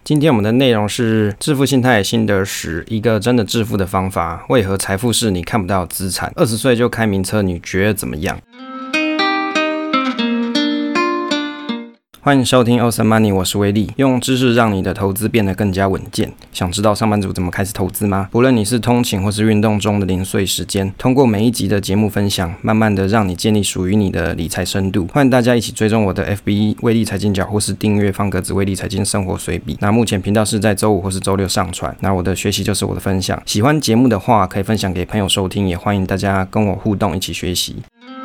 今天我们的内容是致富心态心得10，一个真的致富的方法。为何财富是你看不到的资产？20岁就开名车，你觉得怎么样？欢迎收听 Awesome Money， 我是威利，用知识让你的投资变得更加稳健。想知道上班族怎么开始投资吗？不论你是通勤或是运动中的零碎时间，通过每一集的节目分享，慢慢的让你建立属于你的理财深度。欢迎大家一起追踪我的 FB 威利财经角，或是订阅方格子威利财经生活随笔。那目前频道是在周五或是周六上传。那我的学习就是我的分享，喜欢节目的话可以分享给朋友收听，也欢迎大家跟我互动，一起学习。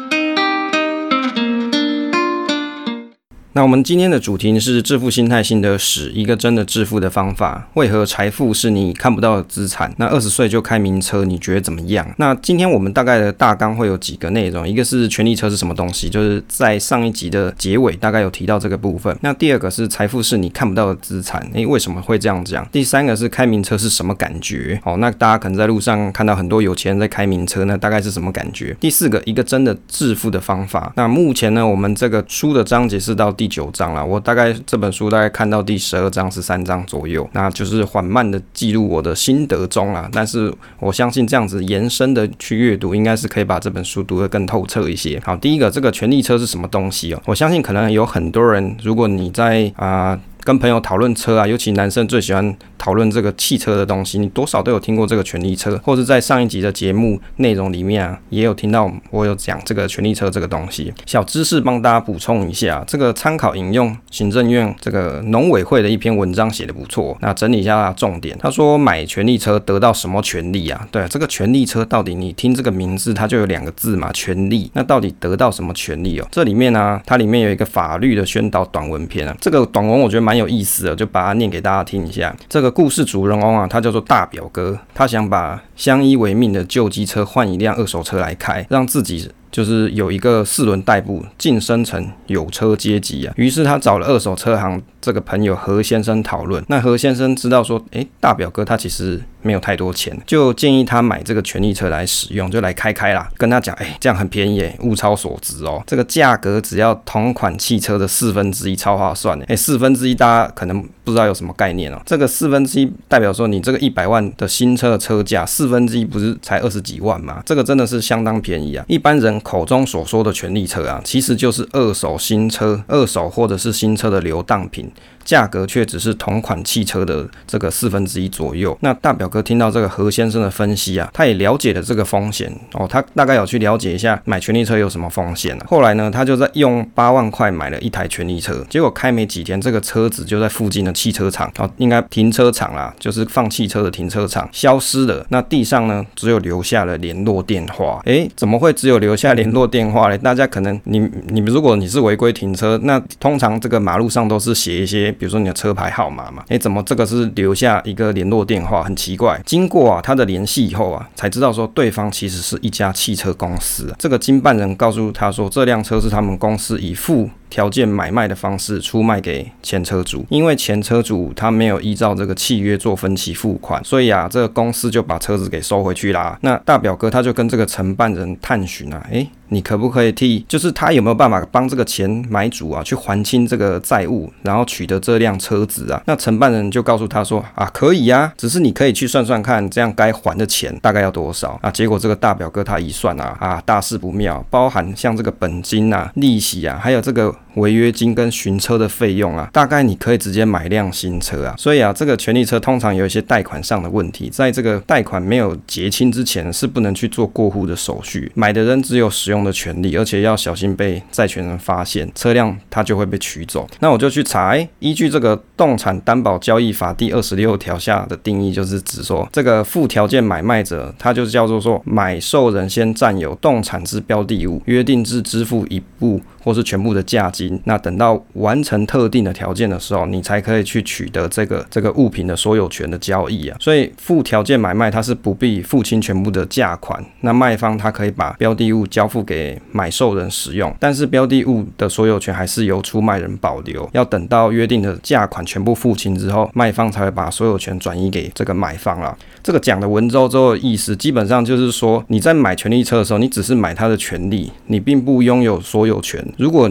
那我们今天的主题是致富心态心得10，一个真的致富的方法。为何财富是你看不到的资产？那20岁就开名车，你觉得怎么样？那今天我们大概的大纲会有几个内容，一个是权利车是什么东西，就是在上一集的结尾大概有提到这个部分。那第二个是财富是你看不到的资产，为什么会这样讲？第三个是开名车是什么感觉？那大家可能在路上看到很多有钱人在开名车，那大概是什么感觉？第四个，一个真的致富的方法。那目前呢，我们这个书的章节是到第9章啦，我大概这本书大概看到第12章13章左右，那就是缓慢的记录我的心得中啦。但是我相信这样子延伸的去阅读，应该是可以把这本书读得更透彻一些。好，第一个，这个权利车是什么东西哦？我相信可能有很多人，如果你在跟朋友讨论车啊，尤其男生最喜欢讨论这个汽车的东西，你多少都有听过这个权利车，或是在上一集的节目内容里面也有听到我有讲这个权利车这个东西。小知识帮大家补充一下，这个参考引用行政院这个农委会的一篇文章写得不错，那整理一下重点。他说买权利车得到什么权利啊？对，这个权利车到底你听这个名字它就有2个字嘛，权利。那到底得到什么权利哦？这里面它里面有一个法律的宣导短文篇这个短文我觉得蛮有意思的，就把它念给大家听一下。这个故事主人翁他叫做大表哥，他想把相依为命的旧机车换一辆二手车来开，让自己就是有一个4轮代步，晋升成有车阶级啊。于是他找了二手车行这个朋友何先生讨论。那何先生知道说，大表哥他其实没有太多钱，就建议他买这个权利车来使用，就来开啦。跟他讲，这样很便宜物超所值哦。这个价格只要同款汽车的1/4，超划算1/4大家可能不知道有什么概念哦。这个1/4代表说，你这个100万的新车的车价1/4不是才20几万吗？这个真的是相当便宜啊。一般人口中所说的权利车其实就是二手新车、二手或者是新车的流当品，价格却只是同款汽车的这个1/4左右。那大表哥听到这个何先生的分析他也了解了这个风险他大概有去了解一下买权利车有什么风险后来呢，他就在用8万块买了一台权利车，结果开没几天，这个车子就在附近的汽车场应该停车场啦，就是放汽车的停车场消失了。那地上呢，只有留下了联络电话。怎么会只有留下联络电话呢？大家可能你如果你是违规停车，那通常这个马路上都是写一些比如说你的车牌号码嘛，怎么这个是留下一个联络电话，很奇怪。经过他的联系以后才知道说对方其实是一家汽车公司这个经办人告诉他说，这辆车是他们公司以附条件买卖的方式出卖给前车主，因为前车主他没有依照这个契约做分期付款，所以这个公司就把车子给收回去啦。那大表哥他就跟这个承办人探询你可不可以就是他有没有办法帮这个前买主去还清这个债务，然后取得这辆车子那承办人就告诉他说可以只是你可以去算算看，这样该还的钱大概要多少结果这个大表哥他一算大事不妙，包含像这个本金利息还有这个违约金跟寻车的费用大概你可以直接买辆新车所以这个权利车通常有一些贷款上的问题，在这个贷款没有结清之前是不能去做过户的手续，买的人只有使用的权利，而且要小心被债权人发现，车辆它就会被取走。那我就去查依据这个动产担保交易法第26条下的定义，就是指说这个附条件买卖者，它就叫做说买受人先占有动产之标的物，约定至支付一部或是全部的价金，那等到完成特定的条件的时候，你才可以去取得这个物品的所有权的交易所以附条件买卖它是不必付清全部的价款，那卖方他可以把标的物交付给买受人使用，但是标的物的所有权还是由出卖人保留，要等到约定的价款全部付清之后，卖方才会把所有权转移给这个买方啦。这个讲的文绉绉的意思，基本上就是说你在买权利车的时候，你只是买它的权利，你并不拥有所有权。如果你要得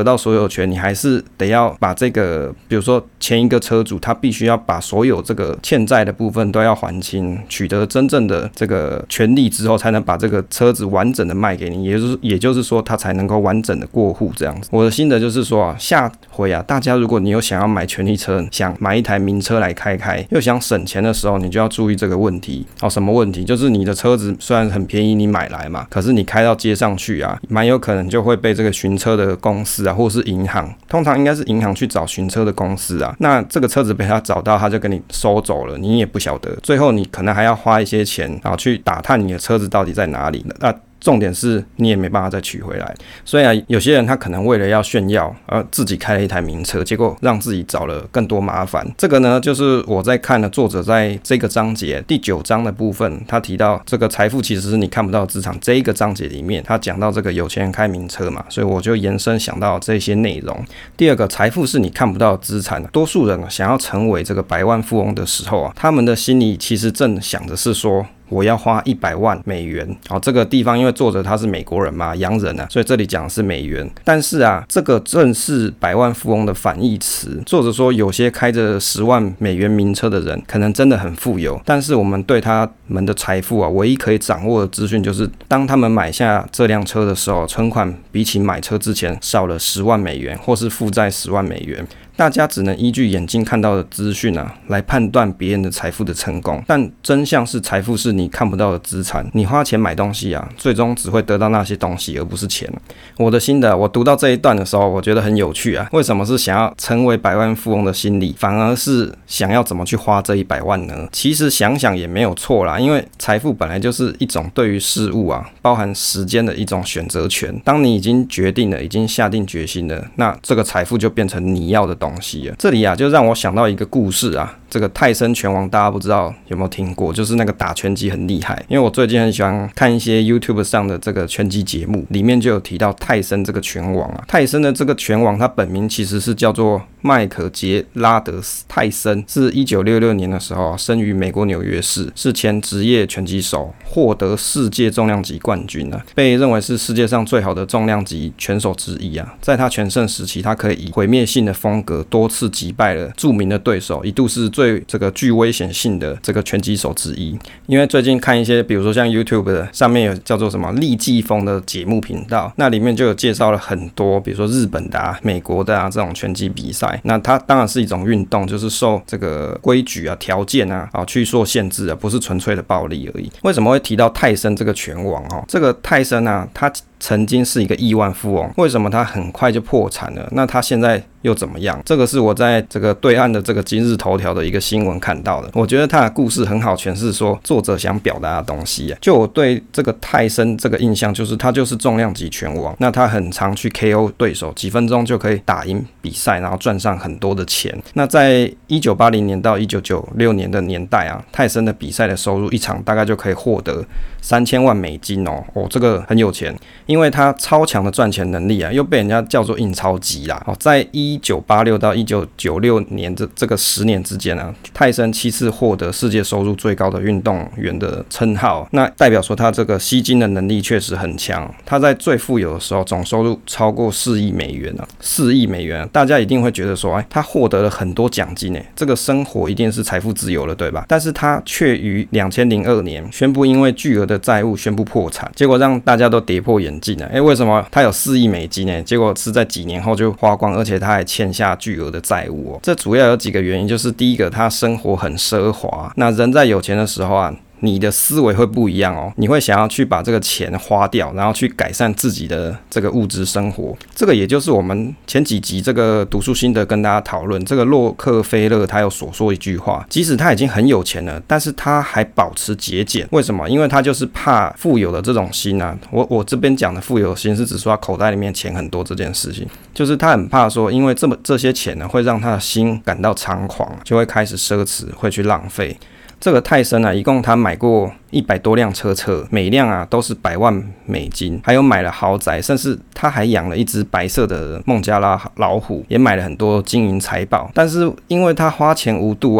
到所有权，你还是得要把这个，比如说前一个车主他必须要把所有这个欠债的部分都要还清，取得真正的这个权利之后，才能把这个车子完整的卖给你，也就是说他才能够完整的过户这样子。我的心得就是说下回大家如果你有想要买权利车，想买一台名车来开，又想省钱的时候，你就要注意这个问题。什么问题？就是你的车子虽然很便宜，你买来嘛，可是你开到街上去蛮有可能就会被这个寻车的公司或是银行，通常应该是银行去找寻车的公司那这个车子被他找到，他就跟你收走了，你也不晓得，最后你可能还要花一些钱，然后去打探你的车子到底在哪里。那重点是你也没办法再取回来，所以有些人他可能为了要炫耀而自己开了一台名车，结果让自己找了更多麻烦。这个呢，就是我在看的作者在这个章节第9章的部分，他提到这个财富其实是你看不到的资产，这一个章节里面他讲到这个有钱人开名车嘛，所以我就延伸想到这些内容。第二个，财富是你看不到的资产，多数人想要成为这个百万富翁的时候他们的心里其实正想的是说，我要花100万美元。这个地方因为作者他是美国人嘛，洋人所以这里讲的是美元。但是这个正是百万富翁的反义词。作者说，有些开着10万美元名车的人，可能真的很富有，但是我们对他们的财富唯一可以掌握的资讯，就是当他们买下这辆车的时候，存款比起买车之前少了10万美元，或是负债10万美元。大家只能依据眼睛看到的资讯来判断别人的财富的成功，但真相是财富是你看不到的资产。你花钱买东西最终只会得到那些东西，而不是钱。我的心得，我读到这一段的时候，我觉得很有趣为什么是想要成为百万富翁的心理，反而是想要怎么去花这100万呢？其实想想也没有错啦，因为财富本来就是一种对于事物包含时间的一种选择权。当你已经决定了，已经下定决心了，那这个财富就变成你要的东西了。这里就让我想到一个故事这个泰森拳王大家不知道有没有听过，就是那个打拳击很厉害。因为我最近很喜欢看一些 YouTube 上的这个拳击节目，里面就有提到泰森这个拳王泰森的这个拳王，他本名其实是叫做迈克杰拉德斯。泰森是1966年的时候生于美国纽约市，是前职业拳击手，获得世界重量级冠军被认为是世界上最好的重量级拳手之一在他全盛时期，他可以以毁灭性的风格多次击败了著名的对手，一度是最这个具危险性的这个拳击手之一。因为最近看一些比如说像 YouTube 的上面有叫做什么立技风的节目频道，那里面就有介绍了很多比如说日本的美国的这种拳击比赛。那它当然是一种运动，就是受这个规矩条件去做限制不是纯粹的暴力而已。为什么会提到泰森这个拳王这个泰森他曾经是一个亿万富翁，为什么他很快就破产了？那他现在又怎么样？这个是我在这个对岸的这个今日头条的一个新闻看到的。我觉得他的故事很好诠释说作者想表达的东西就我对这个泰森这个印象，就是他就是重量级拳王。那他很常去 KO 对手，几分钟就可以打赢比赛，然后赚上很多的钱。那在1980年到1996年的年代泰森的比赛的收入一场大概就可以获得3000万美金这个很有钱。因为他超强的赚钱能力又被人家叫做印钞机啦。在1986到1996年这个10年之间泰森7次获得世界收入最高的运动员的称号，那代表说他这个吸金的能力确实很强。他在最富有的时候总收入超过4亿美元4亿美元大家一定会觉得说他获得了很多奖金这个生活一定是财富自由了，对吧？但是他却于2002年宣布因为巨额的债务宣布破产，结果让大家都跌破眼镜为什么他有4亿美金结果是在几年后就花光，而且他还欠下巨额的债务这主要有几个原因，就是第一个，他生活很奢华。那人在有钱的时候你的思维会不一样你会想要去把这个钱花掉，然后去改善自己的这个物质生活。这个也就是我们前几集这个读书心得跟大家讨论，这个洛克菲勒他有所说一句话，即使他已经很有钱了，但是他还保持节俭。为什么？因为他就是怕富有的这种心我这边讲的富有心是指说他口袋里面钱很多这件事情，就是他很怕说因为这些钱会让他的心感到猖狂，就会开始奢侈，会去浪费。这个泰森一共他买过100多辆车，每辆都是100万美金，还有买了豪宅，甚至他还养了一只白色的孟加拉老虎，也买了很多金银财宝。但是因为他花钱无度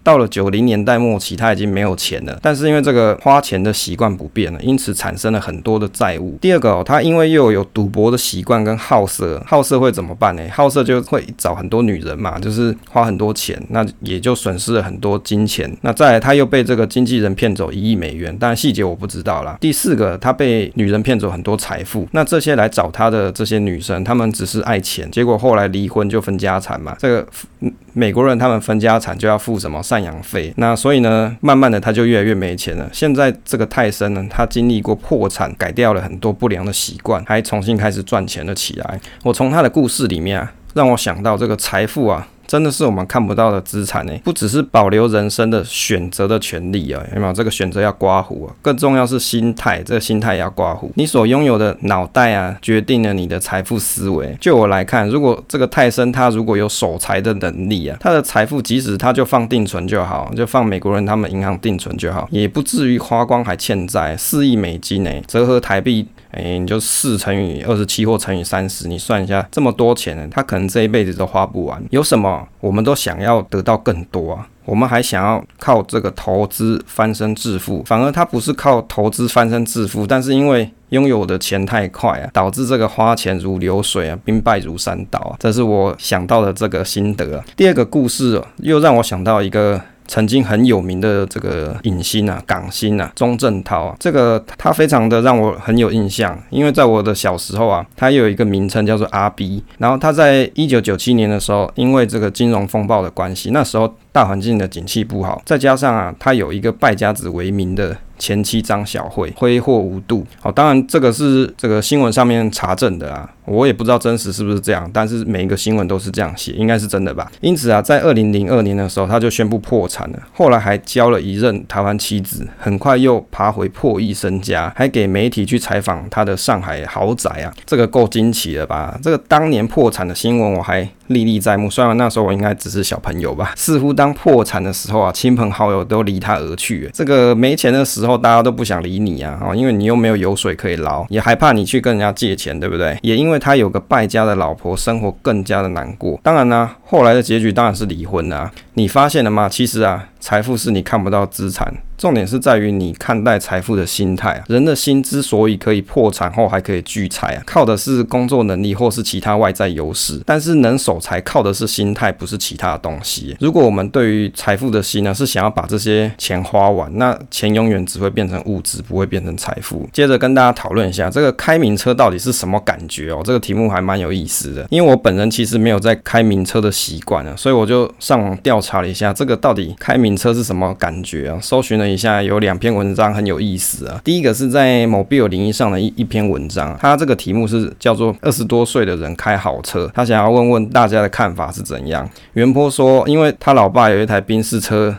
到了90年代末期，他已经没有钱了，但是因为这个花钱的习惯不变了，因此产生了很多的债务。第二个他因为又有赌博的习惯跟好色，好色会怎么办呢？好色就会找很多女人嘛，就是花很多钱，那也就损失了很多金钱。那再来他又被这个经纪人骗走1亿美元，当然细节我不知道啦。第四个，他被女人骗走很多财富，那这些来找他的这些女生，他们只是爱钱，结果后来离婚就分家产嘛。这个美国人他们分家产就要付什么赡养费，那所以呢，慢慢的他就越来越没钱了。现在这个泰森呢，他经历过破产，改掉了很多不良的习惯，还重新开始赚钱了起来。我从他的故事里面让我想到这个财富真的是我们看不到的资产不只是保留人生的选择的权利有没有？这个选择要刮胡更重要是心态，这个心态也要刮胡。你所拥有的脑袋决定了你的财富思维。就我来看，如果这个泰森他如果有守财的能力他的财富即使他就放定存就好，就放美国人他们银行定存就好，也不至于花光还欠债4亿美金折合台币你就4乘以27或乘以30，你算一下，这么多钱他可能这一辈子都花不完。有什么我们都想要得到更多我们还想要靠这个投资翻身致富，反而他不是靠投资翻身致富，但是因为拥有的钱太快导致这个花钱如流水兵败如山倒这是我想到的这个心得第二个故事又让我想到一个曾经很有名的这个影星港星钟镇涛这个他非常的让我很有印象，因为在我的小时候他有一个名称叫做阿 B， 然后他在1997年的时候，因为这个金融风暴的关系，那时候大环境的景气不好，再加上他有一个败家子为名的前妻张小慧挥霍无度当然这个是这个新闻上面查证的我也不知道真实是不是这样，但是每一个新闻都是这样写，应该是真的吧。因此在2002年的时候他就宣布破产了，后来还交了一任台湾妻子，很快又爬回破亿身家，还给媒体去采访他的上海豪宅这个够惊奇了吧。这个当年破产的新闻我还历历在目，虽然那时候我应该只是小朋友吧。似乎当破产的时候亲朋好友都离他而去这个没钱的时候大家都不想理你因为你又没有油水可以捞，也害怕你去跟人家借钱，对不对？也因为他有个败家的老婆，生活更加的难过。当然后来的结局当然是离婚你发现了吗？其实财富是你看不到资产，重点是在于你看待财富的心态人的心之所以可以破产后还可以聚财靠的是工作能力或是其他外在优势，但是能守财靠的是心态，不是其他的东西。如果我们对于财富的心是想要把这些钱花完，那钱永远只会变成物质，不会变成财富。接着跟大家讨论一下这个开名车到底是什么感觉这个题目还蛮有意思的，因为我本人其实没有在开名车的习惯所以我就上网调查了一下这个到底开名车是什么感觉搜寻了一下，有2篇文章很有意思第一个是在某 Mobile01上的一篇文章，它这个题目是叫做20多岁的人开好车，他想要问问大家的看法是怎样。袁坡说因为他老爸有一台宾士车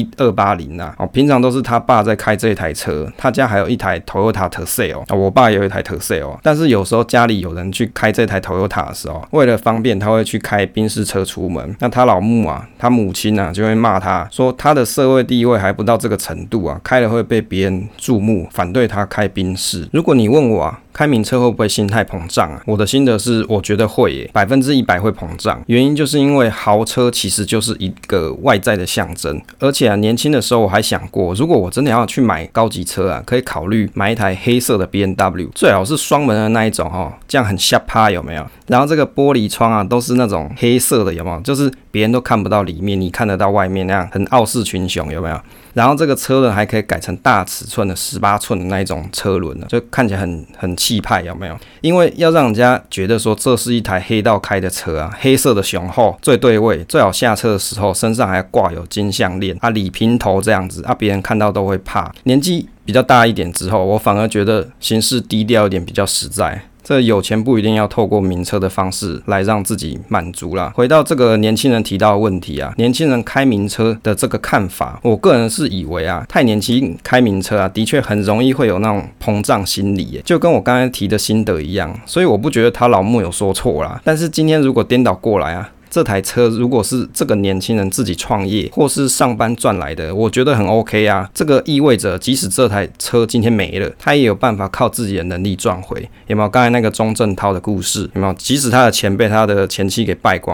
1280平常都是他爸在开这一台车，他家还有一台 Toyota Tercel我爸也有一台 Tercel 但是有时候家里有人去开这台 Toyota 的时候，为了方便他会去开宾士车出门，那他老母他母亲就会骂他说他的社会地位还不到这个程度开了会被别人注目，反对他开宾士。如果你问我开名车会不会心态膨胀我的心得是我觉得会耶，100%会膨胀。原因就是因为豪车其实就是一个外在的象征，而且年轻的时候我还想过，如果我真的要去买高级车可以考虑买一台黑色的 BMW， 最好是双门的那一种这样很下趴有没有？然后这个玻璃窗都是那种黑色的有没有？就是别人都看不到里面，你看得到外面那样很傲视群雄有没有？然后这个车轮还可以改成大尺寸的18寸的那一种车轮就看起来很气派有没有？因为要让人家觉得说这是一台黑道开的车黑色的雄厚最对味，最好下车的时候身上还挂有金项链理平头这样子别人看到都会怕。年纪比较大一点之后，我反而觉得行事低调一点比较实在。这有钱不一定要透过名车的方式来让自己满足啦。回到这个年轻人提到的问题年轻人开名车的这个看法，我个人是以为太年轻开名车的确很容易会有那种膨胀心理就跟我刚才提的心得一样，所以我不觉得他老木有说错啦。但是今天如果颠倒过来这台车如果是这个年轻人自己创业或是上班赚来的，我觉得很 OK 这个意味着即使这台车今天没了，他也有办法靠自己的能力赚回。有没有刚才那个钟镇涛的故事？有没有？即使他的钱被他的前妻给败光了，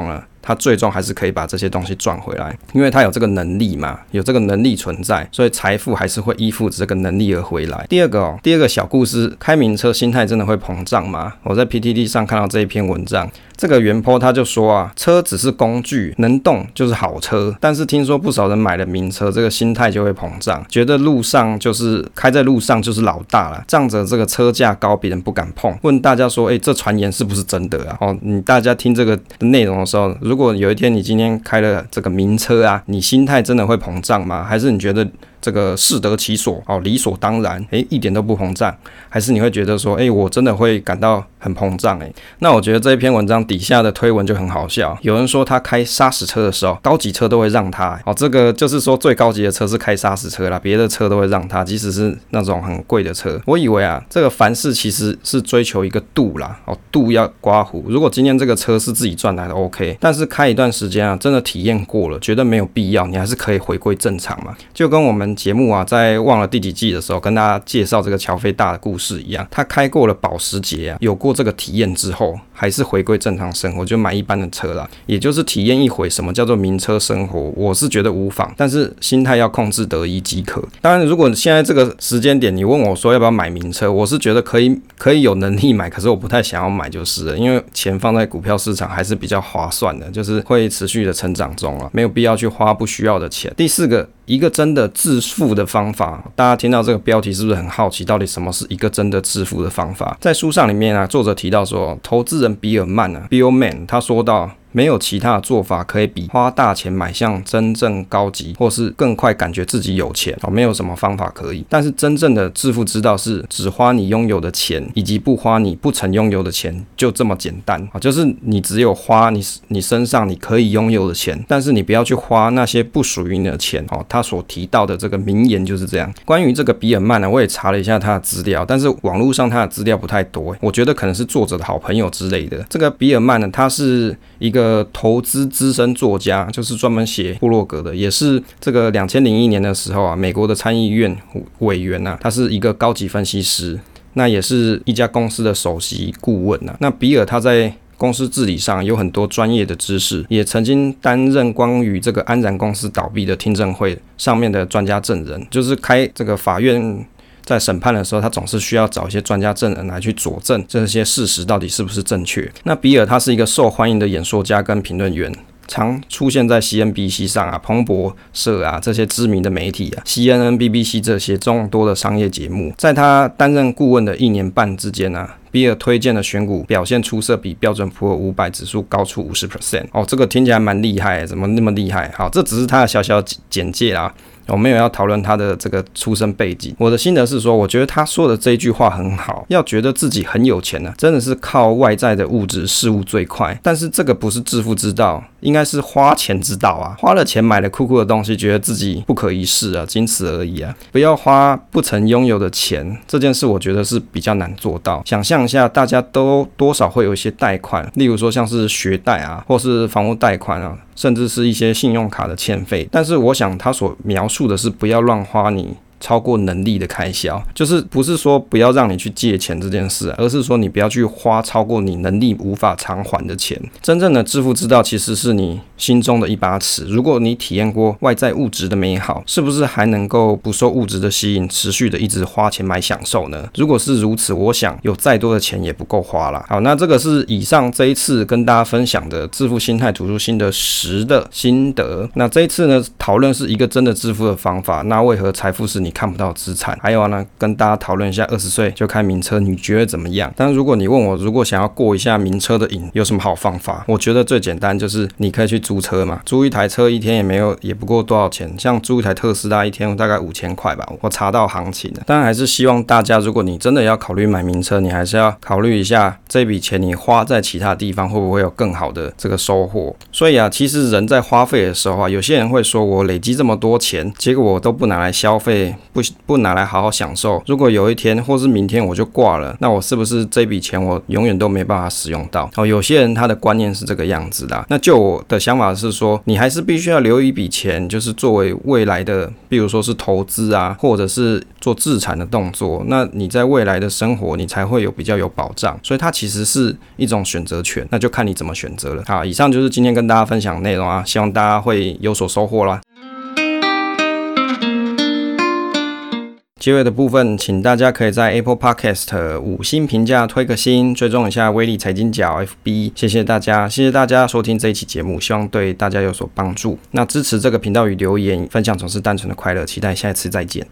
他最终还是可以把这些东西赚回来，因为他有这个能力嘛，有这个能力存在，所以财富还是会依附着这个能力而回来。第二个小故事，开名车心态真的会膨胀吗？我在 PTT 上看到这一篇文章，这个原 po 他就说啊，车只是工具，能动就是好车，但是听说不少人买了名车，这个心态就会膨胀，觉得路上就是开在路上就是老大了，仗着这个车价高，别人不敢碰。问大家说，这传言是不是真的啊？你大家听这个内容的时候，如果有一天你今天开了这个名车啊，你心态真的会膨胀吗？还是你觉得这个适得其所，理所当然，一点都不膨胀？还是你会觉得说，我真的会感到很膨胀？那我觉得这一篇文章底下的推文就很好笑，有人说他开砂石车的时候，高级车都会让他，这个就是说最高级的车是开砂石车啦，别的车都会让他，即使是那种很贵的车。我以为啊，这个凡事其实是追求一个度啦，度要刮胡。如果今天这个车是自己赚来的 OK， 但是开一段时间啊，真的体验过了，觉得没有必要，你还是可以回归正常嘛。就跟我们节目啊，在忘了第几季的时候跟大家介绍这个乔飞大的故事一样，他开过了保时捷啊，有过这个体验之后，还是回归正常生活，就买一般的车啦，也就是体验一回什么叫做名车生活，我是觉得无妨，但是心态要控制得宜即可。当然，如果现在这个时间点你问我说要不要买名车，我是觉得可以有能力买，可是我不太想要买就是了，因为钱放在股票市场还是比较划算的，就是会持续的成长中啊，没有必要去花不需要的钱。第四个，一个真的致富的方法，大家听到这个标题是不是很好奇，到底什么是一个真的致富的方法？在书上里面啊，作者提到说，投资人比尔曼啊 ，Bill Mann， 他说到，没有其他的做法可以比花大钱买项真正高级或是更快感觉自己有钱，没有什么方法可以。但是真正的致富之道是只花你拥有的钱，以及不花你不曾拥有的钱，就这么简单。就是你只有花你身上你可以拥有的钱，但是你不要去花那些不属于你的钱。他所提到的这个名言就是这样。关于这个比尔曼呢，我也查了一下他的资料，但是网络上他的资料不太多，我觉得可能是作者的好朋友之类的。这个比尔曼呢，他是一个投资资深作家，就是专门写部落格的，也是这个2001年的时候啊，美国的参议院委员啊，他是一个高级分析师，那也是一家公司的首席顾问啊。那比尔他在公司治理上有很多专业的知识，也曾经担任关于这个安然公司倒闭的听证会上面的专家证人，就是开这个法院在审判的时候，他总是需要找一些专家证人来去佐证这些事实到底是不是正确。那比尔他是一个受欢迎的演说家跟评论员，常出现在 CNBC 上啊、彭博社啊这些知名的媒体啊、CNN、BBC 这些众多的商业节目。在他担任顾问的1年半之间啊，比尔推荐的选股表现出色，比标准普尔500指数高出 50%。这个听起来蛮厉害，怎么那么厉害？好，这只是他的小小简介啦。我没有要讨论他的这个出身背景，我的心得是说，我觉得他说的这一句话很好，要觉得自己很有钱呢，真的是靠外在的物质事物最快，但是这个不是致富之道，应该是花钱之道啊！花了钱买了酷酷的东西，觉得自己不可一世啊，仅此而已啊！不要花不曾拥有的钱，这件事我觉得是比较难做到。想象一下，大家都多少会有一些贷款，例如说像是学贷啊，或是房屋贷款啊，甚至是一些信用卡的欠费，但是我想他所描述的是不要乱花你超过能力的开销，就是不是说不要让你去借钱这件事，而是说你不要去花超过你能力无法偿还的钱。真正的致富之道其实是你心中的一把尺，如果你体验过外在物质的美好，是不是还能够不受物质的吸引，持续的一直花钱买享受呢？如果是如此，我想有再多的钱也不够花啦。好，那这个是以上这一次跟大家分享的致富心态读书心得10的心得。那这一次呢，讨论是一个真的致富的方法，那为何财富是你看不到资产？还有呢，跟大家讨论一下20岁就开名车，你觉得怎么样？但如果你问我，如果想要过一下名车的瘾，有什么好方法？我觉得最简单就是你可以去租车嘛，租一台车一天也不过多少钱，像租一台特斯拉一天大概5000块吧，我查到行情的。当然还是希望大家，如果你真的要考虑买名车，你还是要考虑一下这笔钱你花在其他地方会不会有更好的这个收获。所以啊，其实人在花费的时候啊，有些人会说我累积这么多钱，结果我都不拿来消费，不拿来好好享受。如果有一天或是明天我就挂了，那我是不是这笔钱我永远都没办法使用到？有些人他的观念是这个样子的。那就我的想想法是说，你还是必须要留一笔钱，就是作为未来的，比如说是投资啊，或者是做自产的动作，那你在未来的生活你才会比较有保障，所以它其实是一种选择权，那就看你怎么选择了。好，以上就是今天跟大家分享的内容啊，希望大家会有所收获啦。结尾的部分，请大家可以在 Apple Podcast 5星评价推个星，追踪一下威力财经角 FB， 谢谢大家，谢谢大家收听这一期节目，希望对大家有所帮助。那支持这个频道与留言分享总是单纯的快乐，期待下一次再见。